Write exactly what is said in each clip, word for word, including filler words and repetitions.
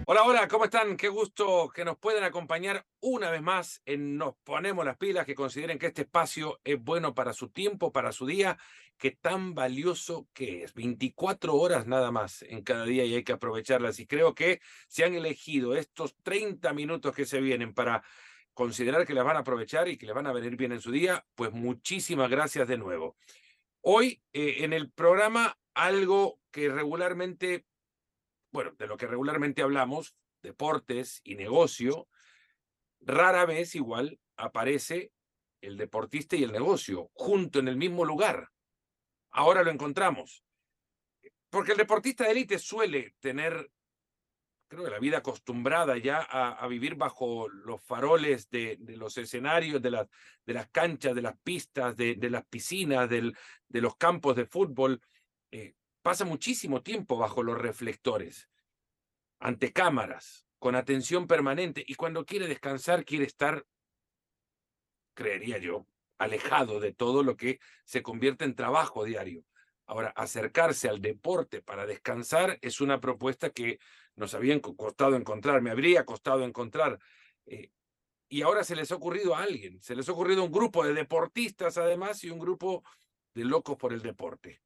Hola, hola, ¿cómo están? Qué gusto que nos puedan acompañar una vez más en Nos Ponemos las Pilas, que consideren que este espacio es bueno para su tiempo, para su día, que tan valioso que es. veinticuatro horas nada más en cada día y hay que aprovecharlas. Y creo que se han elegido estos treinta minutos que se vienen para considerar que las van a aprovechar y que les van a venir bien en su día, pues muchísimas gracias de nuevo. Hoy eh, en el programa algo que regularmente bueno, de lo que regularmente hablamos, deportes y negocio, rara vez igual aparece el deportista y el negocio junto en el mismo lugar. Ahora lo encontramos, porque el deportista de élite suele tener, creo que la vida acostumbrada ya a, a vivir bajo los faroles de, de los escenarios, de las, de las canchas, de las pistas, de, de las piscinas, del, de los campos de fútbol. Eh, pasa muchísimo tiempo bajo los reflectores, ante cámaras, con atención permanente, y cuando quiere descansar, quiere estar, creería yo, alejado de todo lo que se convierte en trabajo diario. Ahora, acercarse al deporte para descansar es una propuesta que nos había costado encontrar, me habría costado encontrar, eh, y ahora se les ha ocurrido a alguien, se les ha ocurrido un grupo de deportistas además y un grupo de locos por el deporte.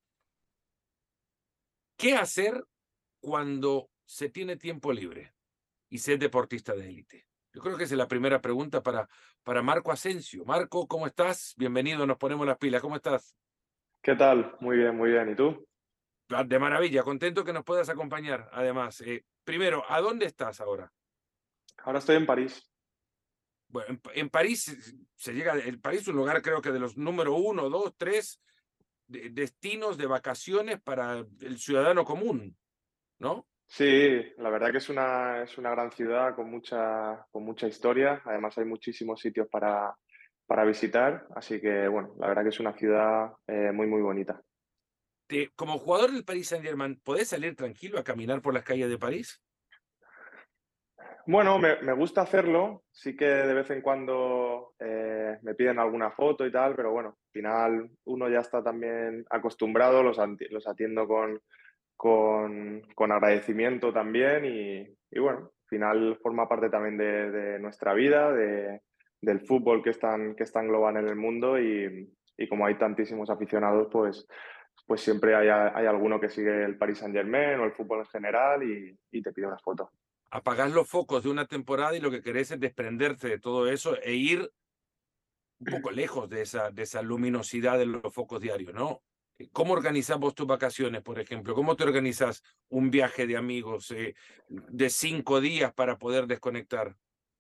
¿Qué hacer cuando se tiene tiempo libre y ser deportista de élite? Yo creo que esa es la primera pregunta para, para Marco Asensio. Marco, ¿cómo estás? Bienvenido, nos ponemos las pilas. ¿Cómo estás? ¿Qué tal? Muy bien, muy bien. ¿Y tú? Ah, de maravilla, contento que nos puedas acompañar. Además, eh, primero, ¿a dónde estás ahora? Ahora estoy en París. Bueno, en, en París eh, se llega, el París es un lugar creo que de los número uno, dos, tres de- destinos de vacaciones para el ciudadano común, ¿no? Sí, la verdad que es una, es una gran ciudad con mucha, con mucha historia. Además hay muchísimos sitios para, para visitar. Así que, bueno, la verdad que es una ciudad eh, muy, muy bonita. Te- como jugador del Paris Saint-Germain, ¿podés salir tranquilo a caminar por las calles de París? Bueno, me, me gusta hacerlo. Sí que de vez en cuando eh, me piden alguna foto y tal, pero bueno, al final uno ya está también acostumbrado, los, ati- los atiendo con, con, con agradecimiento también y, y bueno, al final forma parte también de, de nuestra vida, de, del fútbol que es tan, que es tan global en el mundo y, y como hay tantísimos aficionados, pues, pues siempre hay, hay alguno que sigue el Paris Saint-Germain o el fútbol en general y, y te pide una foto. Apagás los focos de una temporada y lo que querés es desprenderte de todo eso e ir un poco lejos de esa, de esa luminosidad de los focos diarios, ¿no? Eh, ¿Cómo organizás vos tus vacaciones, por ejemplo? ¿Cómo te organizas un viaje de amigos eh, de cinco días para poder desconectar?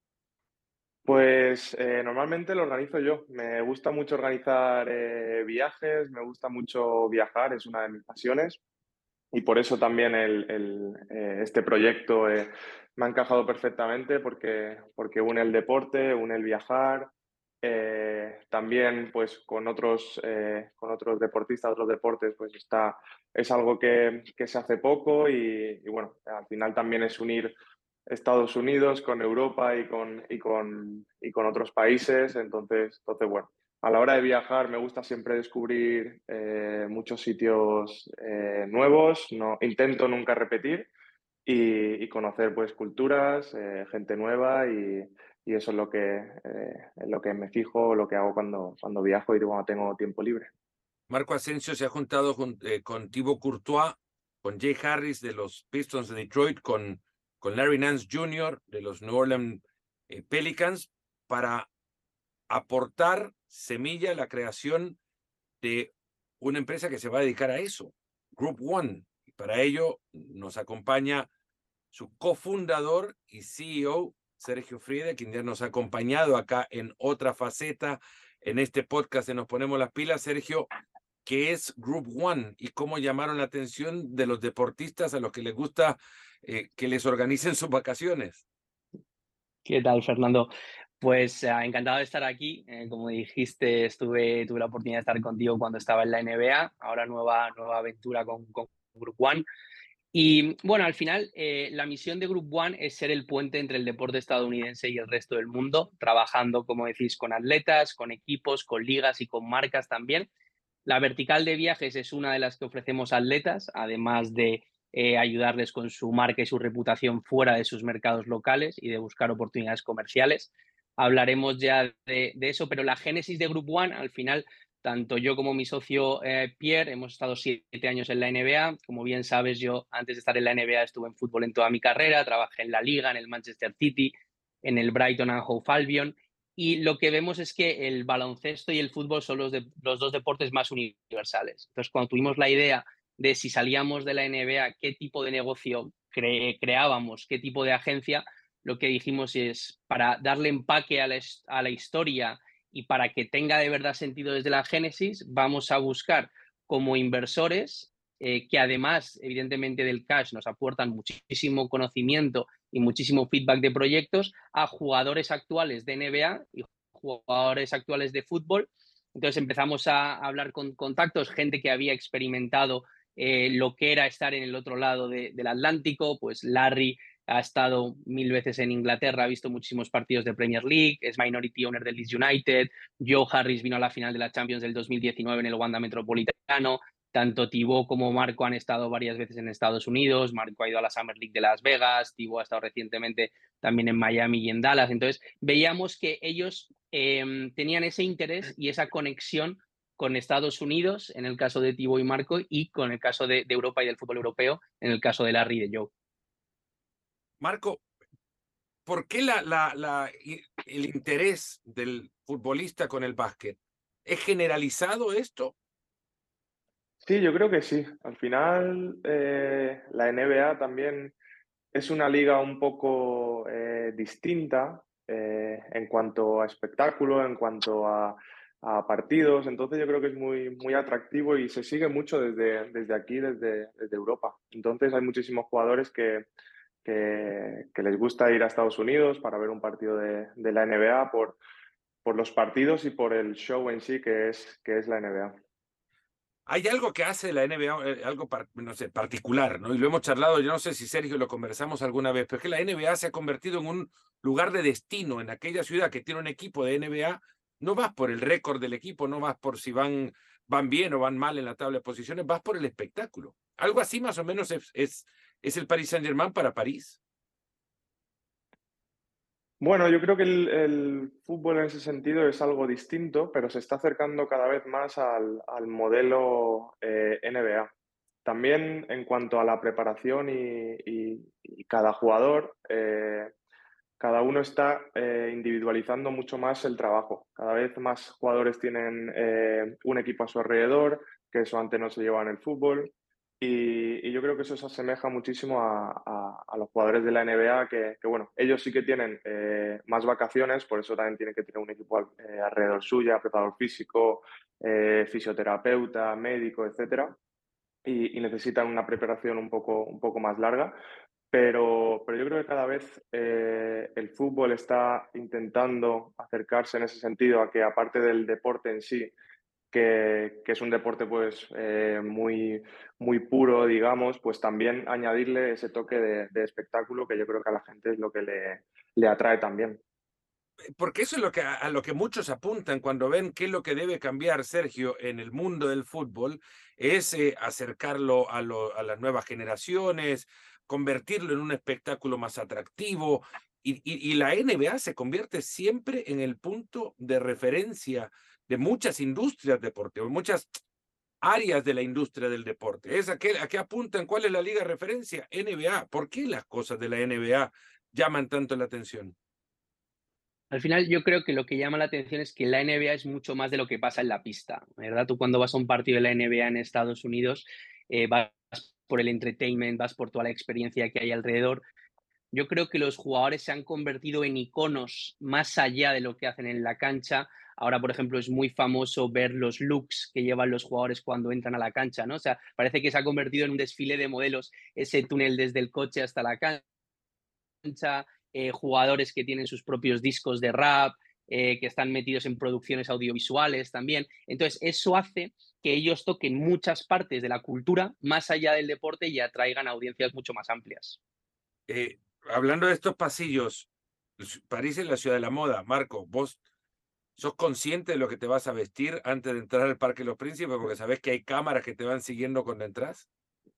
Pues eh, normalmente lo organizo yo. Me gusta mucho organizar eh, viajes, me gusta mucho viajar, es una de mis pasiones. Y por eso también el, el, eh, este proyecto eh, me ha encajado perfectamente porque, porque une el deporte, une el viajar, eh, también pues con otros, eh, con otros deportistas, otros deportes, pues está, es algo que, que se hace poco y, y bueno, al final también es unir Estados Unidos con Europa y con, y con, y con otros países, entonces, entonces bueno. A la hora de viajar me gusta siempre descubrir eh, muchos sitios eh, nuevos, no, intento nunca repetir y, y conocer pues culturas, eh, gente nueva y, y eso es lo que, eh, es lo que me fijo, lo que hago cuando, cuando viajo y cuando tengo tiempo libre. Marco Asensio se ha juntado jun- eh, con Thibaut Courtois, con Jay Harris de los Pistons de Detroit, con, con Larry Nance junior de los New Orleans eh, Pelicans para aportar semilla a la creación de una empresa que se va a dedicar a eso, Group One. Y para ello nos acompaña su cofundador y C E O, Sergio Friede, quien ya nos ha acompañado acá en otra faceta en este podcast de Nos Ponemos las Pilas. Sergio, ¿qué es Group One y cómo llamaron la atención de los deportistas a los que les gusta eh, que les organicen sus vacaciones? ¿Qué tal, Fernando? Pues eh, encantado de estar aquí. Eh, como dijiste, estuve, tuve la oportunidad de estar contigo cuando estaba en la N B A, ahora nueva, nueva aventura con, con Group One. Y bueno, al final, eh, la misión de Group One es ser el puente entre el deporte estadounidense y el resto del mundo, trabajando, como decís, con atletas, con equipos, con ligas y con marcas también. La vertical de viajes es una de las que ofrecemos a atletas, además de eh, ayudarles con su marca y su reputación fuera de sus mercados locales y de buscar oportunidades comerciales. Hablaremos ya de, de eso, pero la génesis de Group One, al final, tanto yo como mi socio eh, Pierre hemos estado siete años en la N B A. Como bien sabes, yo antes de estar en la N B A estuve en fútbol en toda mi carrera, trabajé en la Liga, en el Manchester City, en el Brighton and Hove Albion, y lo que vemos es que el baloncesto y el fútbol son los, de, los dos deportes más universales. Entonces, cuando tuvimos la idea de si salíamos de la N B A, qué tipo de negocio cre creábamos, qué tipo de agencia, lo que dijimos es, para darle empaque a la, a la historia y para que tenga de verdad sentido desde la génesis, vamos a buscar como inversores eh, que además, evidentemente, del cash nos aportan muchísimo conocimiento y muchísimo feedback de proyectos, a jugadores actuales de N B A y jugadores actuales de fútbol. Entonces empezamos a hablar con contactos, gente que había experimentado eh, lo que era estar en el otro lado de, del Atlántico. Pues Larry ha estado mil veces en Inglaterra, ha visto muchísimos partidos de Premier League, es minority owner del Leeds United. Joe Harris vino a la final de la Champions del dos mil diecinueve en el Wanda Metropolitano. Tanto Thibaut como Marco han estado varias veces en Estados Unidos. Marco ha ido a la Summer League de Las Vegas, Thibaut ha estado recientemente también en Miami y en Dallas. Entonces veíamos que ellos eh, tenían ese interés y esa conexión con Estados Unidos, en el caso de Thibaut y Marco, y con el caso de, de Europa y del fútbol europeo, en el caso de Larry y de Joe. Marco, ¿por qué la, la, la, el interés del futbolista con el básquet? ¿Es generalizado esto? Sí, yo creo que sí. Al final, eh, la N B A también es una liga un poco eh, distinta eh, en cuanto a espectáculo, en cuanto a, a partidos. Entonces yo creo que es muy, muy atractivo y se sigue mucho desde, desde aquí, desde, desde Europa. Entonces hay muchísimos jugadores que, que, que les gusta ir a Estados Unidos para ver un partido de, de la N B A por, por los partidos y por el show en sí que es, que es la N B A. Hay algo que hace la N B A, eh, algo par, no sé, particular, ¿no? Y lo hemos charlado, yo no sé si Sergio lo conversamos alguna vez, pero es que la N B A se ha convertido en un lugar de destino. En aquella ciudad que tiene un equipo de N B A, no vas por el récord del equipo, no vas por si van, van bien o van mal en la tabla de posiciones, vas por el espectáculo. Algo así más o menos es, es, es el Paris Saint-Germain para París. Bueno, yo creo que el, el fútbol en ese sentido es algo distinto, pero se está acercando cada vez más al, al modelo eh, N B A. También en cuanto a la preparación y, y- y cada jugador, eh, cada uno está eh, individualizando mucho más el trabajo. Cada vez más jugadores tienen eh, un equipo a su alrededor, que eso antes no se llevaba en el fútbol. Y, y yo creo que eso se asemeja muchísimo a, a- a los jugadores de la N B A, que, que, bueno, ellos sí que tienen eh, más vacaciones, por eso también tienen que tener un equipo al- eh, alrededor suya, preparador físico, eh, fisioterapeuta, médico, etcétera, y, y necesitan una preparación un poco, un poco más larga. Pero, pero yo creo que cada vez eh, el fútbol está intentando acercarse en ese sentido a que, aparte del deporte en sí, que, que es un deporte pues eh, muy, muy puro, digamos, pues también añadirle ese toque de, de espectáculo que yo creo que a la gente es lo que le, le atrae también. Porque eso es lo que, a, a lo que muchos apuntan cuando ven qué es lo que debe cambiar, Sergio, en el mundo del fútbol, es eh, acercarlo a, lo, a las nuevas generaciones, convertirlo en un espectáculo más atractivo. Y, y, y la N B A se convierte siempre en el punto de referencia de muchas industrias deportivas, muchas áreas de la industria del deporte. ¿Es a qué, a qué apuntan? ¿Cuál es la liga de referencia? N B A. ¿Por qué las cosas de la N B A llaman tanto la atención? Al final, yo creo que lo que llama la atención es que la N B A es mucho más de lo que pasa en la pista, ¿verdad? Tú cuando vas a un partido de la N B A en Estados Unidos, eh, vas por el entertainment, vas por toda la experiencia que hay alrededor. Yo creo que los jugadores se han convertido en iconos más allá de lo que hacen en la cancha. Ahora, por ejemplo, es muy famoso ver los looks que llevan los jugadores cuando entran a la cancha, ¿no? O sea, parece que se ha convertido en un desfile de modelos ese túnel desde el coche hasta la cancha, eh, jugadores que tienen sus propios discos de rap, eh, que están metidos en producciones audiovisuales también. Entonces, eso hace que ellos toquen muchas partes de la cultura más allá del deporte y atraigan a audiencias mucho más amplias. Eh, hablando de estos pasillos, París es la ciudad de la moda. Marco, ¿vos sos consciente de lo que te vas a vestir antes de entrar al Parque de los Príncipes? Porque sabés que hay cámaras que te van siguiendo cuando entras.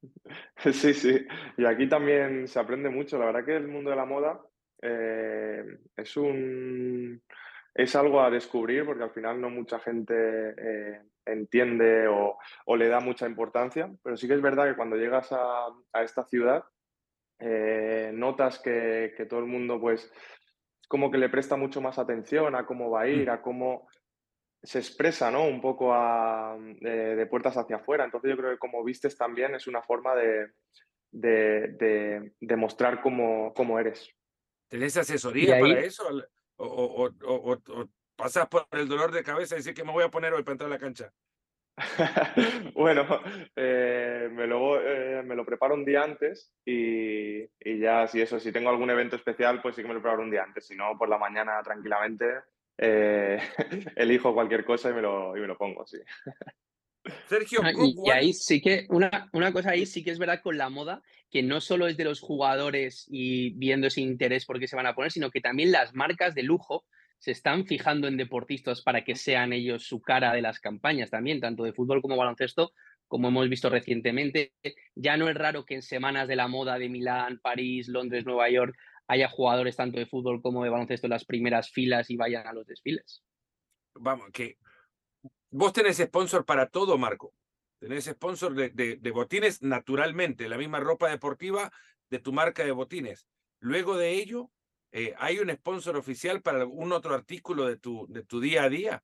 Sí, sí. Y aquí también se aprende mucho. La verdad que el mundo de la moda eh, es un es algo a descubrir porque al final no mucha gente eh, entiende o, o le da mucha importancia. Pero sí que es verdad que cuando llegas a, a esta ciudad eh, notas que, que todo el mundo pues como que le presta mucho más atención a cómo va a Mm. ir, a cómo se expresa, ¿no? Un poco a, de, de puertas hacia afuera. Entonces yo creo que como vistes también es una forma de, de, de, de mostrar cómo, cómo eres. ¿Tenés Y asesoría para ahí, eso? ¿O, o, o, o- o pasás por el dolor de cabeza y decís que me voy a poner hoy para entrar a la cancha? Bueno, eh, me lo, eh, me lo preparo un día antes y, y ya si eso, si tengo algún evento especial, pues sí que me lo preparo un día antes. Si no, por la mañana tranquilamente eh, elijo cualquier cosa y me lo, y me lo pongo, sí. Sergio, ah, Group y, y One. ahí sí que, una, una cosa ahí sí que es verdad con la moda, que no solo es de los jugadores y viendo ese interés por qué se van a poner, sino que también las marcas de lujo se están fijando en deportistas para que sean ellos su cara de las campañas también, tanto de fútbol como baloncesto, como hemos visto recientemente. Ya no es raro que en semanas de la moda de Milán, París, Londres, Nueva York haya jugadores tanto de fútbol como de baloncesto en las primeras filas y vayan a los desfiles. Vamos, que vos tenés sponsor para todo, Marco. Tenés sponsor de, de, de botines naturalmente, la misma ropa deportiva de tu marca de botines. Luego de ello, eh, ¿hay un sponsor oficial para algún otro artículo de tu, de tu día a día?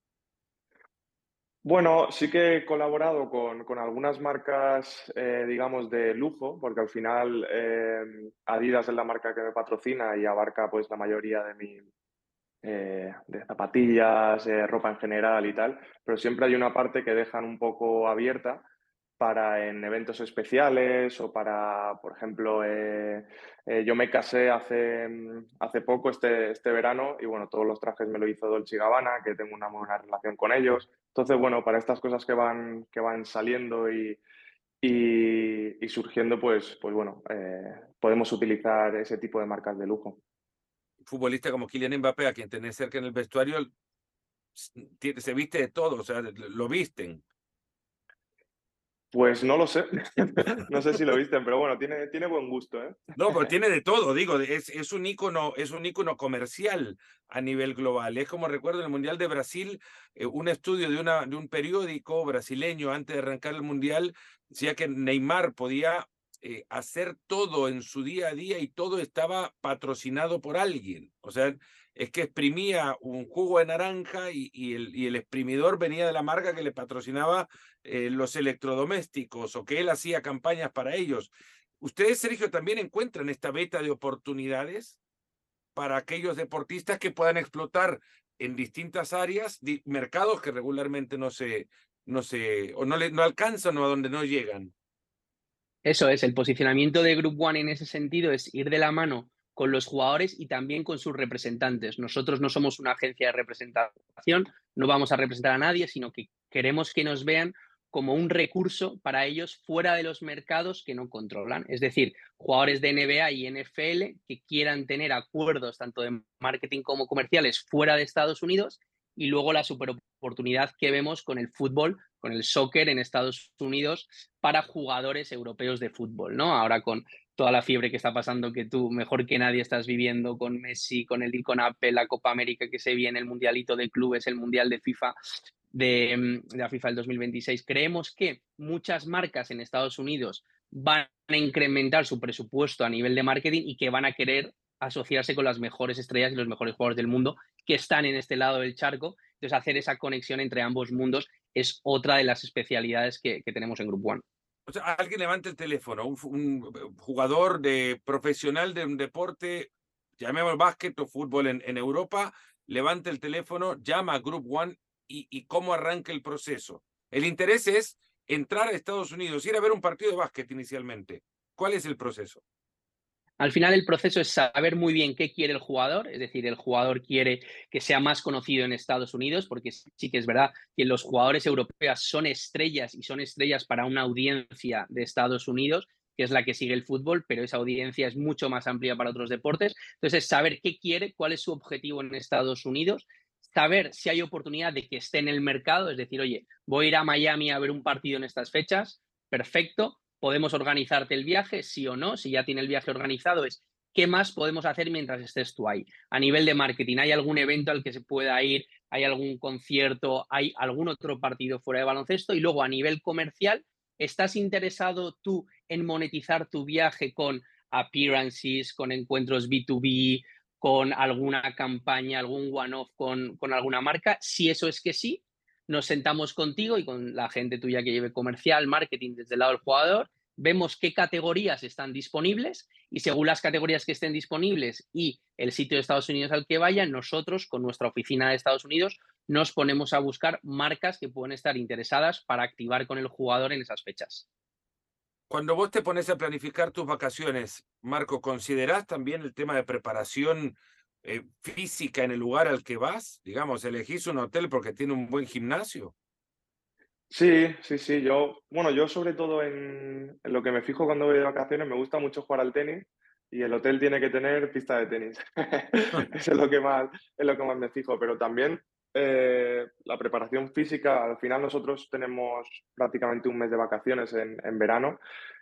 Bueno, sí que he colaborado con, con algunas marcas, eh, digamos, de lujo, porque al final eh, Adidas es la marca que me patrocina y abarca pues la mayoría de mi, eh, de zapatillas, eh, ropa en general y tal, pero siempre hay una parte que dejan un poco abierta para en eventos especiales o para, por ejemplo, eh, eh, yo me casé hace, mm, hace poco, este, este verano, y bueno, todos los trajes me lo hizo Dolce y Gabbana, que tengo una muy buena relación con ellos. Entonces, bueno, para estas cosas que van, que van saliendo y, y, y surgiendo, pues, pues bueno, eh, podemos utilizar ese tipo de marcas de lujo. Futbolista como Kylian Mbappé, a quien tenés cerca en el vestuario, s- se viste de todo, o sea, lo visten. Pues no lo sé, no sé si lo visten, pero bueno, tiene, tiene buen gusto, ¿eh? No, pero tiene de todo, digo, es, es un ícono, es un ícono comercial a nivel global. Es como recuerdo en el Mundial de Brasil, eh, un estudio de, una, de un periódico brasileño antes de arrancar el Mundial decía que Neymar podía eh, hacer todo en su día a día y todo estaba patrocinado por alguien. O sea, es que exprimía un jugo de naranja y, y, el, y el exprimidor venía de la marca que le patrocinaba eh, los electrodomésticos o que él hacía campañas para ellos. ¿Ustedes, Sergio, también encuentran esta beta de oportunidades para aquellos deportistas que puedan explotar en distintas áreas, mercados que regularmente no se, no se, o no, le, no alcanzan o a donde no llegan? Eso es, el posicionamiento de Group One en ese sentido es ir de la mano con los jugadores y también con sus representantes. Nosotros no somos una agencia de representación, no vamos a representar a nadie, sino que queremos que nos vean como un recurso para ellos fuera de los mercados que no controlan. Es decir, jugadores de N B A y N F L que quieran tener acuerdos tanto de marketing como comerciales fuera de Estados Unidos y luego la super oportunidad que vemos con el fútbol, con el soccer en Estados Unidos para jugadores europeos de fútbol, ¿no? Ahora con toda la fiebre que está pasando, que tú mejor que nadie estás viviendo con Messi, con el con Apple, la Copa América que se viene, el Mundialito de Clubes, el Mundial de FIFA, de, de la FIFA del dos mil veintiséis. Creemos que muchas marcas en Estados Unidos van a incrementar su presupuesto a nivel de marketing y que van a querer asociarse con las mejores estrellas y los mejores jugadores del mundo que están en este lado del charco. Entonces, hacer esa conexión entre ambos mundos es otra de las especialidades que, que tenemos en Group One. O sea, alguien levanta el teléfono, un, un jugador de profesional de un deporte, llamemos básquet o fútbol en, en Europa, levanta el teléfono, llama a Group One y, y cómo arranca el proceso. El interés es entrar a Estados Unidos, ir a ver un partido de básquet inicialmente. ¿Cuál es el proceso? Al final el proceso es saber muy bien qué quiere el jugador, es decir, el jugador quiere que sea más conocido en Estados Unidos, porque sí que es verdad que los jugadores europeos son estrellas y son estrellas para una audiencia de Estados Unidos, que es la que sigue el fútbol, pero esa audiencia es mucho más amplia para otros deportes. Entonces, es saber qué quiere, cuál es su objetivo en Estados Unidos, saber si hay oportunidad de que esté en el mercado, es decir, oye, voy a ir a Miami a ver un partido en estas fechas, perfecto, ¿podemos organizarte el viaje? Sí o no. Si ya tiene el viaje organizado, es ¿qué más podemos hacer mientras estés tú ahí? A nivel de marketing, ¿hay algún evento al que se pueda ir? ¿Hay algún concierto? ¿Hay algún otro partido fuera de baloncesto? Y luego, a nivel comercial, ¿estás interesado tú en monetizar tu viaje con appearances, con encuentros B dos B, con alguna campaña, algún one-off con, con alguna marca? Si eso es que sí, nos sentamos contigo y con la gente tuya que lleve comercial, marketing desde el lado del jugador, vemos qué categorías están disponibles y según las categorías que estén disponibles y el sitio de Estados Unidos al que vayan, nosotros con nuestra oficina de Estados Unidos nos ponemos a buscar marcas que pueden estar interesadas para activar con el jugador en esas fechas. Cuando vos te pones a planificar tus vacaciones, Marco, ¿considerás también el tema de preparación eh, física en el lugar al que vas? Digamos, ¿elegís un hotel porque tiene un buen gimnasio? Sí, sí, sí. Yo, bueno, yo sobre todo en, en lo que me fijo cuando voy de vacaciones, me gusta mucho jugar al tenis y el hotel tiene que tener pista de tenis. Eso es lo que más, es lo que más me fijo. Pero también eh, la preparación física, al final nosotros tenemos prácticamente un mes de vacaciones en, en verano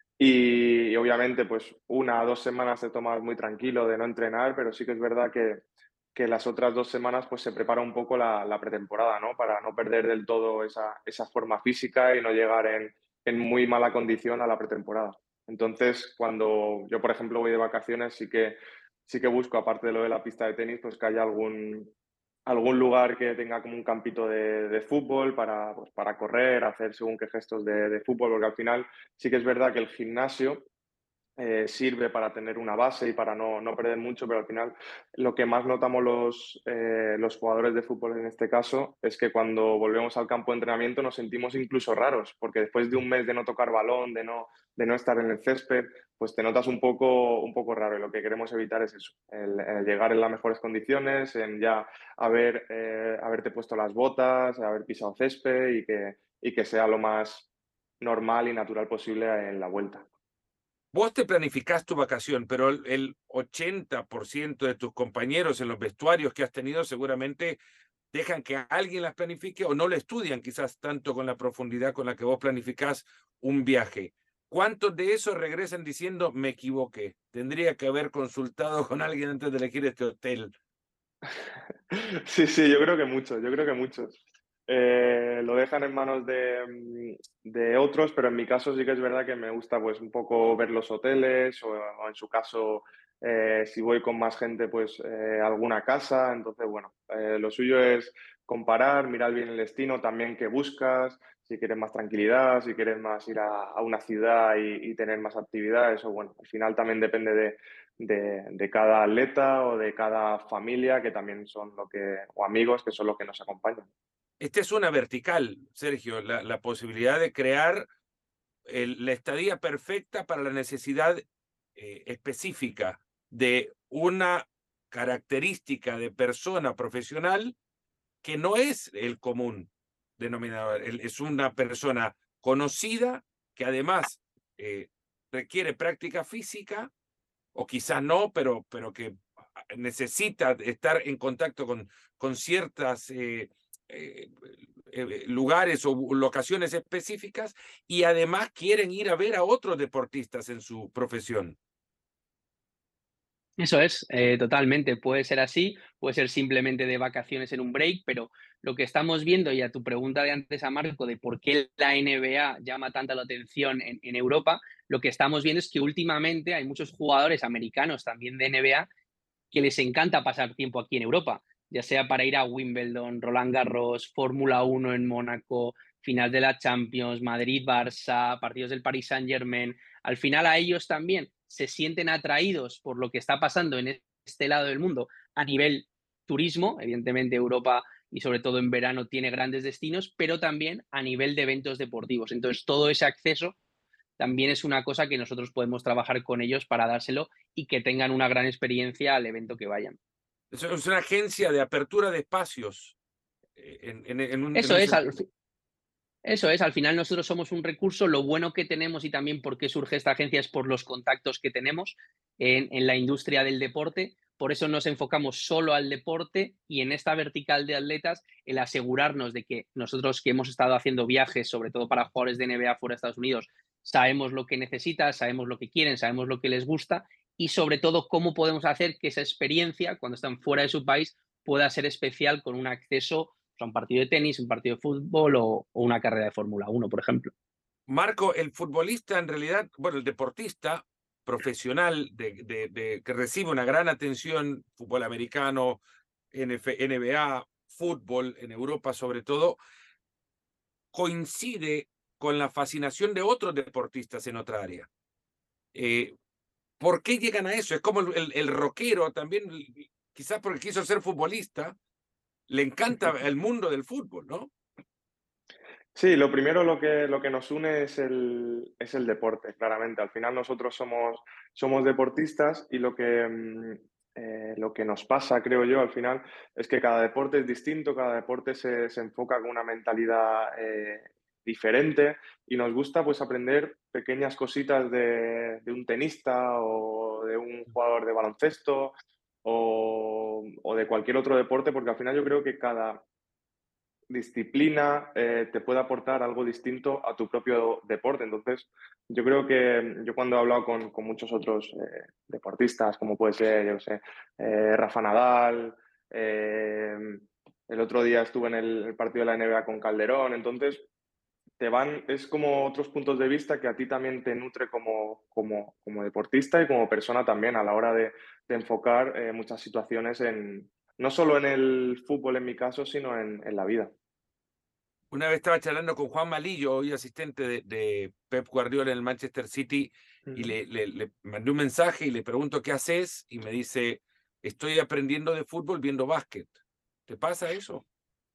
y, y obviamente pues una o dos semanas te tomas muy tranquilo de no entrenar, pero sí que es verdad que que las otras dos semanas pues se prepara un poco la, la pretemporada, ¿no? Para no perder del todo esa, esa forma física y no llegar en, en muy mala condición a la pretemporada. Entonces, cuando yo, por ejemplo, voy de vacaciones, sí que, sí que busco, aparte de lo de la pista de tenis, pues que haya algún, algún lugar que tenga como un campito de, de fútbol para, pues, para correr, hacer según qué gestos de, de fútbol, porque al final sí que es verdad que el gimnasio eh, sirve para tener una base y para no, no perder mucho, pero al final lo que más notamos los, eh, los jugadores de fútbol en este caso es que cuando volvemos al campo de entrenamiento nos sentimos incluso raros, porque después de un mes de no tocar balón, de no, de no estar en el césped, pues te notas un poco, un poco raro y lo que queremos evitar es eso, el, el llegar en las mejores condiciones, en ya haber, eh, haberte puesto las botas, haber pisado césped y que, y que sea lo más normal y natural posible en la vuelta. Vos te planificás tu vacación, pero el, el ochenta por ciento de tus compañeros en los vestuarios que has tenido seguramente dejan que alguien las planifique o no lo estudian quizás tanto con la profundidad con la que vos planificás un viaje. ¿Cuántos de esos regresan diciendo me equivoqué? Tendría que haber consultado con alguien antes de elegir este hotel. Sí, sí, yo creo que muchos, yo creo que muchos. Eh, lo dejan en manos de, mm, de otros, pero en mi caso sí que es verdad que me gusta pues un poco ver los hoteles o, o en su caso, eh, si voy con más gente, pues eh, alguna casa. Entonces, bueno, eh, lo suyo es comparar, mirar bien el destino, también qué buscas, si quieres más tranquilidad, si quieres más ir a, a una ciudad y, y tener más actividad. Eso, bueno, al final también depende de de, de cada atleta o de cada familia que también son lo que, o amigos que son los que nos acompañan. Esta es una vertical, Sergio, la, la posibilidad de crear el- la estadía perfecta para la necesidad eh, específica de una característica de persona profesional que no es el común denominador, el- es una persona conocida que además eh, requiere práctica física, o quizás no, pero, pero que necesita estar en contacto con, con ciertas eh, eh, eh, lugares o locaciones específicas y además quieren ir a ver a otros deportistas en su profesión. Eso es, eh, totalmente. Puede ser así, puede ser simplemente de vacaciones en un break, pero lo que estamos viendo, y a tu pregunta de antes a Marco, de por qué la N B A llama tanta la atención en, en Europa, lo que estamos viendo es que últimamente hay muchos jugadores americanos también de N B A que les encanta pasar tiempo aquí en Europa, ya sea para ir a Wimbledon, Roland Garros, Fórmula uno en Mónaco, final de la Champions, Madrid-Barça, partidos del Paris Saint-Germain. Al final a ellos también se sienten atraídos por lo que está pasando en este lado del mundo a nivel turismo, evidentemente Europa y sobre todo en verano tiene grandes destinos, pero también a nivel de eventos deportivos. Entonces todo ese acceso también es una cosa que nosotros podemos trabajar con ellos para dárselo y que tengan una gran experiencia al evento que vayan. Es es una agencia de apertura de espacios eh, en, en- en un, en Eso un es, al, sentido. eso es, al final nosotros somos un recurso, lo bueno que tenemos y también por qué surge esta agencia es por los contactos que tenemos en, en la industria del deporte, por eso nos enfocamos solo al deporte y en esta vertical de atletas el asegurarnos de que nosotros que hemos estado haciendo viajes, sobre todo para jugadores de N B A fuera de Estados Unidos, sabemos lo que necesitan, sabemos lo que quieren, sabemos lo que les gusta y sobre todo cómo podemos hacer que esa experiencia, cuando están fuera de su país, pueda ser especial con un acceso a un partido de tenis, un partido de fútbol o, o una carrera de Fórmula uno, por ejemplo. Marco, el futbolista en realidad, bueno, el deportista profesional de, de, de, que recibe una gran atención, fútbol americano, N B A, fútbol en Europa sobre todo, coincide con la fascinación de otros deportistas en otra área. Eh, ¿Por qué llegan a eso? Es como el, el, el rockero también, quizás porque quiso ser futbolista, le encanta el mundo del fútbol, ¿no? Sí, lo primero lo que, lo que nos une es el, es el deporte, claramente. Al final nosotros somos, somos deportistas y lo que, mm, eh, lo que nos pasa, creo yo, al final, es que cada deporte es distinto, cada deporte se, se enfoca con una mentalidad eh, diferente y nos gusta pues aprender pequeñas cositas de, de un tenista o de un jugador de baloncesto o, o de cualquier otro deporte, porque al final yo creo que cada disciplina eh, te puede aportar algo distinto a tu propio deporte. Entonces, yo creo que yo cuando he hablado con, con muchos otros eh, deportistas, como puede ser, yo sé, eh, Rafa Nadal, eh, el otro día estuve en el, el partido de la N B A con Calderón, entonces te van, es como otros puntos de vista que a ti también te nutre como, como, como deportista y como persona también a la hora de, de enfocar eh, muchas situaciones en, no solo en el fútbol en mi caso, sino en, en la vida. Una vez estaba charlando con Juan Malillo, hoy asistente de, de Pep Guardiola en el Manchester City, y Ujú. le, le, le mandé un mensaje y le pregunto qué haces, y me dice, estoy aprendiendo de fútbol viendo básquet. ¿Te pasa eso?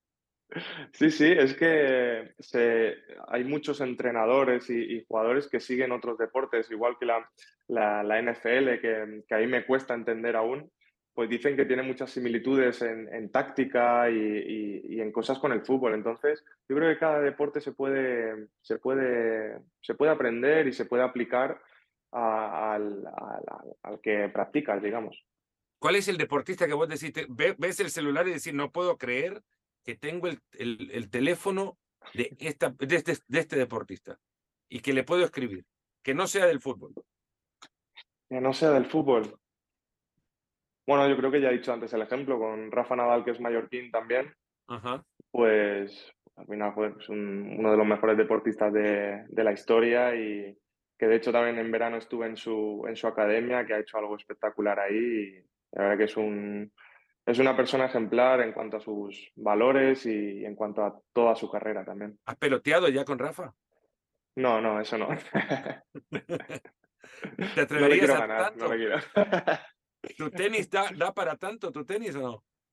Sí, sí, es que se, hay muchos entrenadores y, y jugadores que siguen otros deportes, igual que la, la, la N F L, que, que ahí me cuesta entender aún, pues dicen que tiene muchas similitudes en, en táctica y, y, y en cosas con el fútbol. Entonces, yo creo que cada deporte se puede, se puede, se puede aprender y se puede aplicar a- al, al, al que practicas, digamos. ¿Cuál es el deportista que vos decís, te- ve- ves el celular y decís, no puedo creer que tengo el, el, el teléfono de, esta, de, este, de este deportista y que le puedo escribir, que no sea del fútbol? Que no sea del fútbol. Bueno, yo creo que ya he dicho antes el ejemplo con Rafa Nadal, que es mallorquín también, Ajá. pues al final fue pues, un- uno de los mejores deportistas de, de la historia y que de hecho también en verano estuve en su, en su academia, que ha hecho algo espectacular ahí y la verdad que es un, es una persona ejemplar en cuanto a sus valores y en cuanto a toda su carrera también. ¿Has peloteado ya con Rafa? No, no, eso no. ¿Te No le atreverías quiero a ganar, no le tanto? quiero. ¿Tu tenis da, da para tanto, tu tenis o no?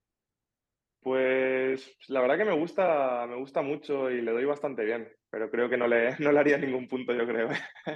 Pues la verdad que me gusta, me gusta mucho y le doy bastante bien, pero creo que no le, no le haría ningún punto, yo creo.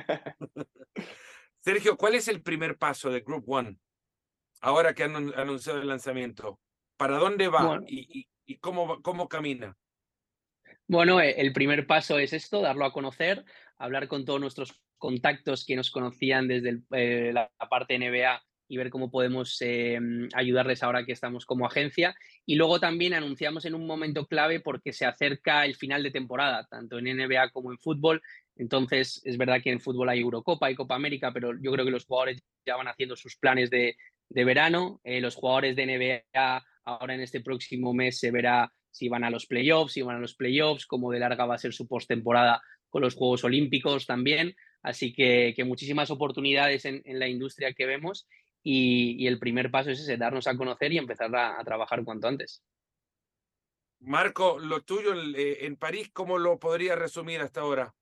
Sergio, ¿cuál es el primer paso de Group One ahora que han anun- anunciado el lanzamiento? ¿Para dónde va Bueno, y, y, y cómo, va- cómo camina? Bueno, eh, el primer paso es esto, darlo a conocer, hablar con todos nuestros contactos que nos conocían desde el, eh, la parte N B A y ver cómo podemos eh, ayudarles ahora que estamos como agencia. Y luego también anunciamos en un momento clave porque se acerca el final de temporada, tanto en N B A como en fútbol. Entonces, es verdad que en fútbol hay Eurocopa, hay Copa América, pero yo creo que los jugadores ya van haciendo sus planes de, de verano. Eh, los jugadores de N B A ahora en este próximo mes se verá si van a los playoffs, si van a los playoffs, cómo de larga va a ser su postemporada con los Juegos Olímpicos también. Así que, que muchísimas oportunidades en, en, la industria que vemos y, y, el primer paso es ese, darnos a conocer y empezar a, a trabajar cuanto antes. Marco, lo tuyo eh, en París, ¿cómo lo podría resumir hasta ahora?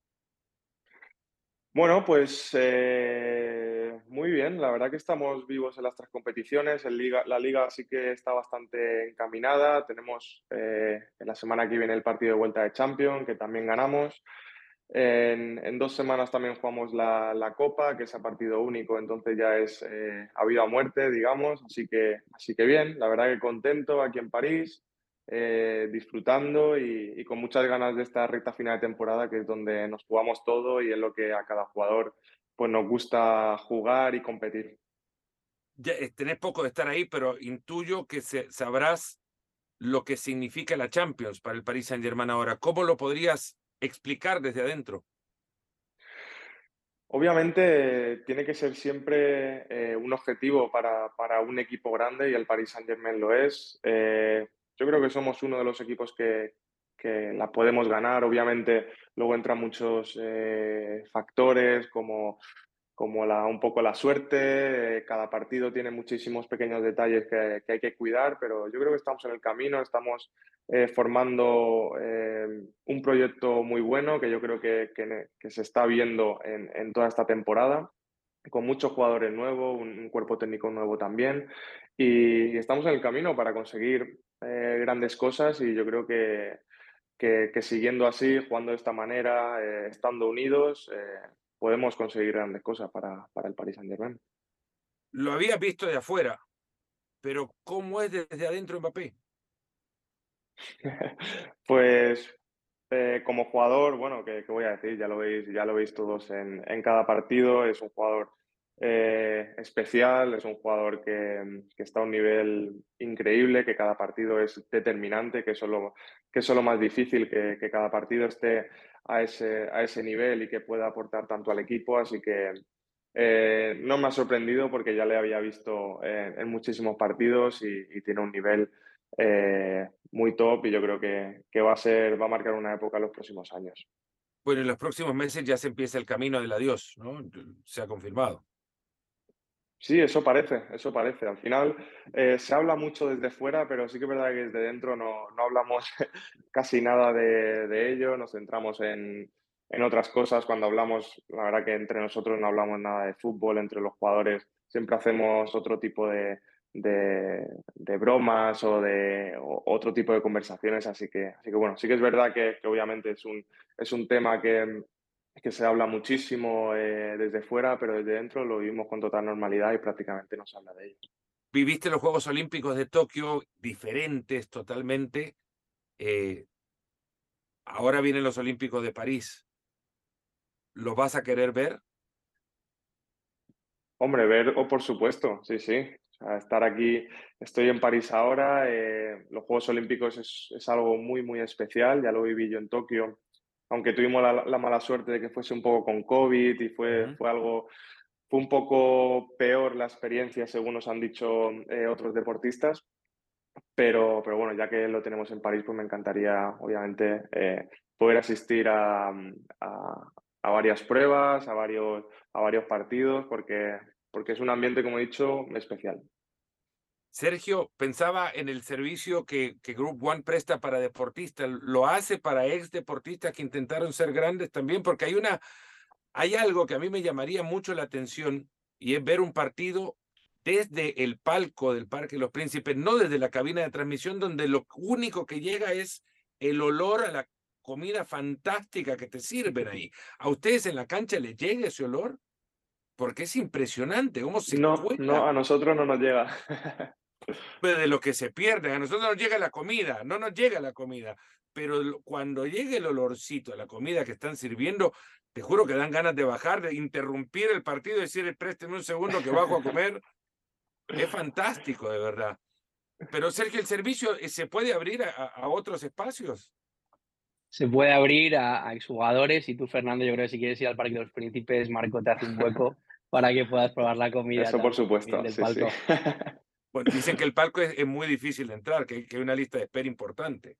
Bueno, pues eh, muy bien, la verdad que estamos vivos en las tres competiciones, en liga, la liga sí que está bastante encaminada, tenemos eh, en la semana que viene el partido de vuelta de Champions, que también ganamos, en, en dos semanas también jugamos la, la Copa, que es a partido único, entonces ya es eh, a vida o muerte, digamos, así que, así que bien, la verdad que contento aquí en París. Eh, disfrutando y, y, con muchas ganas de esta recta final de temporada, que es donde nos jugamos todo y es lo que a cada jugador pues, nos gusta jugar y competir. Ya, eh, tenés poco de estar ahí, pero intuyo que se, sabrás lo que significa la Champions para el Paris Saint-Germain ahora. ¿Cómo lo podrías explicar desde adentro? Obviamente, eh, tiene que ser siempre eh, un objetivo para, para un equipo grande y el Paris Saint-Germain lo es. Eh, yo creo que somos uno de los equipos que, que la podemos ganar. Obviamente, luego entran muchos eh, factores como como la, un poco la suerte. Eh, cada partido tiene muchísimos pequeños detalles que, que hay que cuidar, pero yo creo que estamos en el camino, estamos eh, formando eh, un proyecto muy bueno que yo creo que, que- que se está viendo en, en toda esta temporada, con muchos jugadores nuevos, un, un cuerpo técnico nuevo también, y estamos en el camino para conseguir eh, grandes cosas y yo creo que, que, que siguiendo así, jugando de esta manera, eh, estando unidos, eh, podemos conseguir grandes cosas para, para el Paris Saint-Germain. Lo había visto de afuera, pero ¿cómo es desde adentro Mbappé? Pues eh, como jugador, bueno, ¿qué, qué voy a decir? Ya lo veis, ya lo veis todos en, en cada partido. Es un jugador eh, especial, es un jugador que, que está a un nivel increíble, que cada partido es determinante, que eso es lo, que eso es lo más difícil, que, que cada partido esté a ese, a ese nivel y que pueda aportar tanto al equipo. Así que eh, no me ha sorprendido porque ya le había visto eh, en muchísimos partidos y, y tiene un nivel eh, muy top y yo creo que, que va a ser, va a marcar una época en los próximos años. Bueno, en los próximos meses ya se empieza el camino del adiós, ¿no? Se ha confirmado. Sí, eso parece, eso parece. Al final eh, se habla mucho desde fuera, pero sí que es verdad que desde dentro no, no hablamos casi nada de, de ello, nos centramos en, en otras cosas. Cuando hablamos, la verdad que entre nosotros no hablamos nada de fútbol, entre los jugadores siempre hacemos otro tipo de, de, de bromas o de o otro tipo de conversaciones, así que, así que bueno, sí que es verdad que, que obviamente es un, es un tema que que se habla muchísimo eh, desde fuera, pero desde dentro lo vivimos con total normalidad y prácticamente no se habla de ello. Viviste los Juegos Olímpicos de Tokio diferentes totalmente. eh, Ahora vienen los Olímpicos de París. ¿Los vas a querer ver? Hombre, ver, o por supuesto, sí, sí. O sea, estar aquí, estoy en París ahora, eh, los Juegos Olímpicos es, es algo muy, muy especial, ya lo viví yo en Tokio, aunque tuvimos la, la mala suerte de que fuese un poco con COVID y fue, Ujú. fue algo, fue un poco peor la experiencia, según nos han dicho eh, otros deportistas. Pero, pero bueno, ya que lo tenemos en París, pues me encantaría, obviamente, eh, poder asistir a, a- a varias pruebas, a varios, a varios partidos, porque, porque es un ambiente, como he dicho, especial. Sergio, pensaba en el servicio que, que Group One presta para deportistas. ¿Lo hace para ex deportistas que intentaron ser grandes también? Porque hay una, hay algo que a mí me llamaría mucho la atención y es ver un partido desde el palco del Parque de los Príncipes, no desde la cabina de transmisión, donde lo único que llega es el olor a la comida fantástica que te sirven ahí. ¿A ustedes en la cancha les llega ese olor? Porque es impresionante cómo se No, no, cuela a nosotros no nos llega. de lo que se pierde. A nosotros nos llega la comida, no nos llega la comida, pero lo- cuando llegue el olorcito a la comida que están sirviendo, te juro que dan ganas de bajar, de interrumpir el partido y decir, présteme un segundo que bajo a comer. Es fantástico, de verdad. Pero Sergio, ¿el servicio eh, se puede abrir a, a- a otros espacios? Se puede abrir a, a exjugadores y tú, Fernando, yo creo que si quieres ir al Parque de los Príncipes, Marco te hace un hueco para que puedas probar la comida Eso por también supuesto, del sí, sí. palco. Bueno, dicen que el palco es, es muy difícil de entrar, que hay, que hay una lista de espera importante.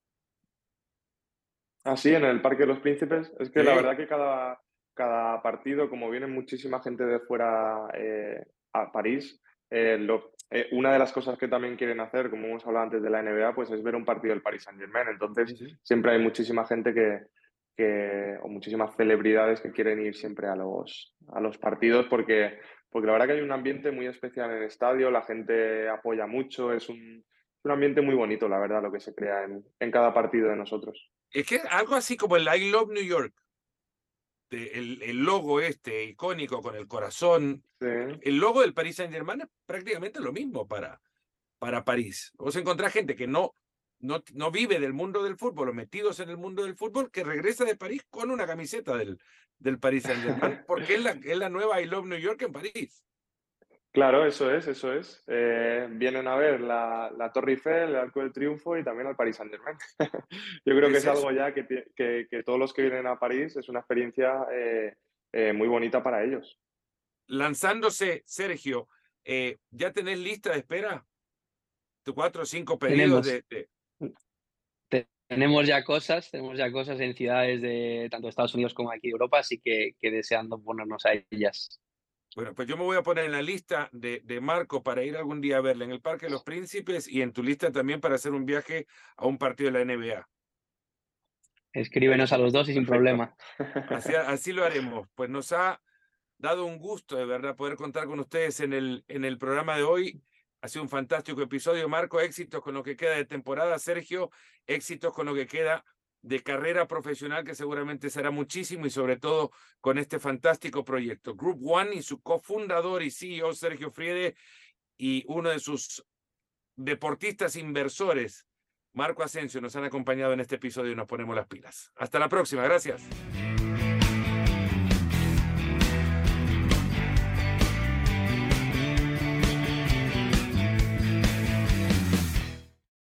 Así, en el Parque de los Príncipes, es que la Sí. verdad que cada, cada partido, como viene muchísima gente de fuera eh, a París, eh, lo- eh, una de las cosas que también quieren hacer, como hemos hablado antes de la N B A, pues es ver un partido del Paris Saint-Germain. Sí, Entonces, sí. siempre hay muchísima gente que, que, o muchísimas celebridades que quieren ir siempre a los, a los partidos porque, porque la verdad que hay un ambiente muy especial en el estadio, la gente apoya mucho, es un, es un ambiente muy bonito, la verdad, lo que se crea en, en cada partido de nosotros. Es que es algo así como el I Love New York, de- el, el logo este icónico con el corazón. Sí. El logo del Paris Saint-Germain es prácticamente lo mismo para, para París. Vos encontrás gente que no, no, no vive del mundo del fútbol o metidos en el mundo del fútbol que regresa de París con una camiseta del, del Paris Saint-Germain porque es la, es la nueva I Love New York en París. Claro, eso es, eso es. Eh, vienen a ver la, la Torre Eiffel, el Arco del Triunfo y también al Paris Saint-Germain. Yo creo que Es es algo eso. ya que, ti- que, que todos los que vienen a París es una experiencia eh, eh, muy bonita para ellos. Lanzándose, Sergio, eh, ¿ya tenés lista de espera? ¿Tu cuatro o cinco pedidos Tenemos, de, de... te- tenemos ya cosas, tenemos ya cosas en ciudades de tanto Estados Unidos como aquí de Europa, así que, que deseando ponernos a ellas. Bueno, pues yo me voy a poner en la lista de, de Marco para ir algún día a verle en el Parque de los Príncipes y en tu lista también para hacer un viaje a un partido de la N B A. Escríbenos a los Perfecto, dos y sin perfecto. problema. Así, así lo haremos. Pues nos ha dado un gusto, de verdad, poder contar con ustedes en el, en el programa de hoy. Ha sido un fantástico episodio. Marco, éxitos con lo que queda de temporada. Sergio, éxitos con lo que queda de carrera profesional, que seguramente será muchísimo, y sobre todo con este fantástico proyecto. Group One y su cofundador y C E O, Sergio Friede, y uno de sus deportistas inversores, Marco Asensio, nos han acompañado en este episodio y nos ponemos las pilas. Hasta la próxima. Gracias.